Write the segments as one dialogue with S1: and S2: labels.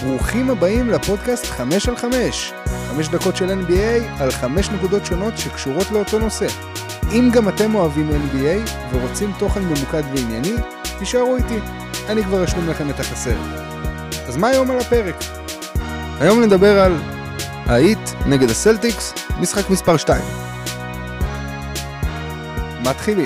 S1: ברוכים הבאים לפודקאסט 5 על 5. 5 דקות של NBA על 5 נקודות שונות שקשורות לאותו נושא. אם גם אתם אוהבים NBA ורוצים תוכן ממוקד וענייני, תישארו איתי. אני כבר אשלים לכם את החסר. אז מה היום על הפרק? היום נדבר על ההיט נגד הסלטיקס, משחק מספר 2. מתחילים.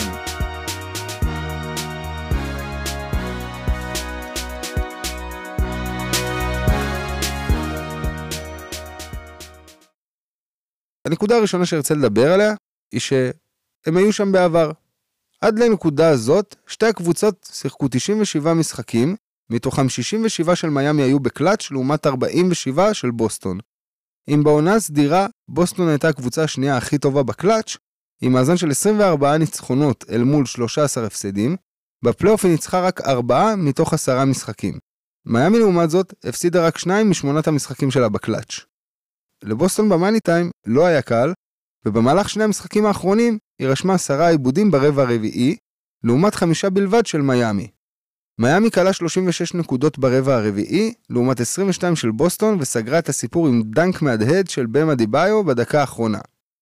S1: הנקודה הראשונה שרצה לדבר עליה היא שהם היו שם בעבר. עד לנקודה הזאת, שתי הקבוצות שיחקו 97 משחקים, מתוכם 67 של מיאמי היו בקלאץ' לעומת 47 של בוסטון. אם בעונה סדירה, בוסטון הייתה הקבוצה השנייה הכי טובה בקלאץ', עם מאזן של 24 ניצחונות אל מול 13 הפסדים, בפלייאוף היא ניצחה רק 4 מתוך 10 משחקים. מיאמי לעומת זאת הפסידה רק 2 מ8 המשחקים שלה בקלאץ'. לבוסטון במאני טיים לא היה קל, ובמהלך שני המשחקים האחרונים היא רשמה 10 עיבודים ברבע הרביעי, לעומת 5 בלבד של מיאמי. מיאמי קלה 36 נקודות ברבע הרביעי, לעומת 22 של בוסטון, וסגרה את הסיפור עם דנק מהדהד של בם אדיבאיו בדקה האחרונה.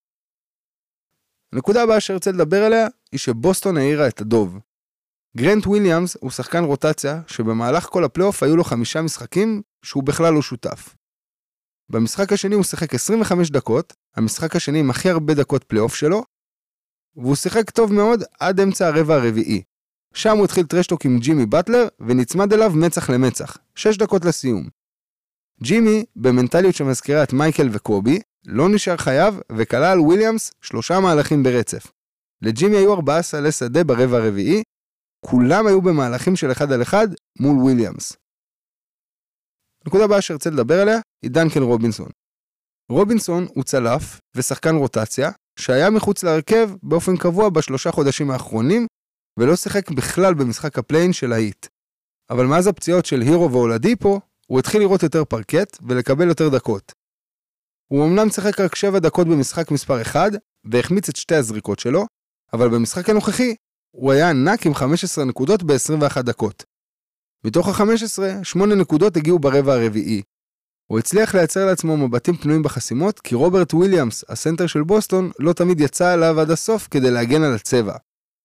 S1: הנקודה הבאה שרצה לדבר עליה היא שבוסטון העירה את הדוב. גרנט וויליאמס הוא שחקן רוטציה שבמהלך כל הפלייאוף היו לו 5 משחקים שהוא בכלל לא שותף. במשחק השני הוא שיחק 25 דקות, המשחק השני עם הכי הרבה דקות פלייאוף שלו, והוא שיחק טוב מאוד עד אמצע הרבע הרביעי. שם הוא התחיל טרשטוק עם ג'ימי באטלר, ונצמד אליו מצח למצח, 6 דקות לסיום. ג'ימי, במנטליות שמזכירה את מייקל וקובי, לא נשאר חייב, וקלה על וויליאמס 3 מהלכים ברצף. לג'ימי היו 4 סלי שדה ברבע הרביעי, כולם היו במהלכים של 1 על 1 מול וויליאמס. הנקודה הבאה שרצה לדבר עליה היא דנקן רובינסון. רובינסון הוא צלף ושחקן רוטציה שהיה מחוץ להרכב באופן קבוע ב3 חודשים האחרונים ולא שיחק בכלל במשחק הפליין של ההיט. אבל מאז הפציעות של הירו ואולדיפו הוא התחיל לראות יותר פרקט ולקבל יותר דקות. הוא אמנם שיחק רק 7 דקות במשחק מספר 1 והחמיץ את 2 הזריקות שלו, אבל במשחק הנוכחי הוא היה ענק עם 15 נקודות ב-21 דקות. מתוך ה-15, 8 נקודות הגיעו ברבע הרביעי. הוא הצליח לייצר לעצמו מבטים פנויים בחסימות, כי רוברט וויליאמס, הסנטר של בוסטון, לא תמיד יצא עליו עד הסוף כדי להגן על הצבע.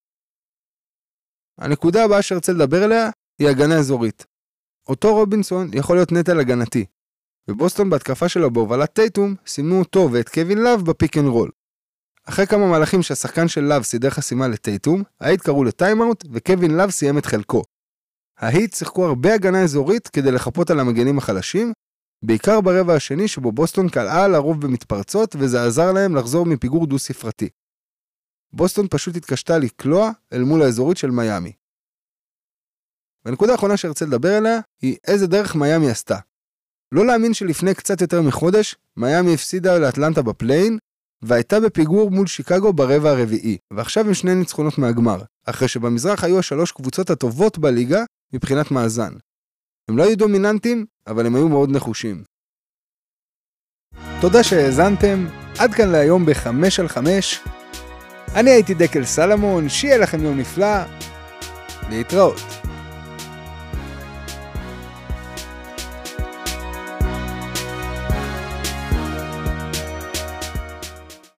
S1: הנקודה הבאה שרצה לדבר עליה היא הגנה אזורית. אותו רובינסון יכול להיות נטל הגנתי, ובוסטון בהתקפה שלו בהובלת טייטום סימנו אותו ואת קווין לאב בפיק אנד רול. אחרי כמה מהלכים שהשחקן של לאב סידר חסימה לטייטום, ההיט קראו לטיימאוט וקווין לאב סיים את חלקו. ההיט שיחקו הרבה הגנה אזורית כדי לחפות על המגנים החלשים, בעיקר ברבע השני שבו בוסטון קלעה לרוב במתפרצות וזה עזר להם לחזור מפיגור דו ספרתי. בוסטון פשוט התקשתה לקלוע אל מול האזורית של מיאמי. והנקודה האחרונה שרצה לדבר עליה היא איזה דרך מיאמי עשתה. לא להאמין שלפני קצת יותר מחודש מיאמי הפסידה לאטלנטה בפליין והייתה בפיגור מול שיקגו ברבע הרביעי, ועכשיו עם 2 ניצחונות מהגמר, אחרי שבמזרח היו 3 קבוצות הטובות בליגה מבחינת מאזן. הם לא היו דומיננטים, אבל הם היו מאוד נחושים. תודה שהאזנתם, עד כאן להיום ב5 על 5. אני הייתי דקל סלמון, שיהיה לכם יום נפלא, להתראות.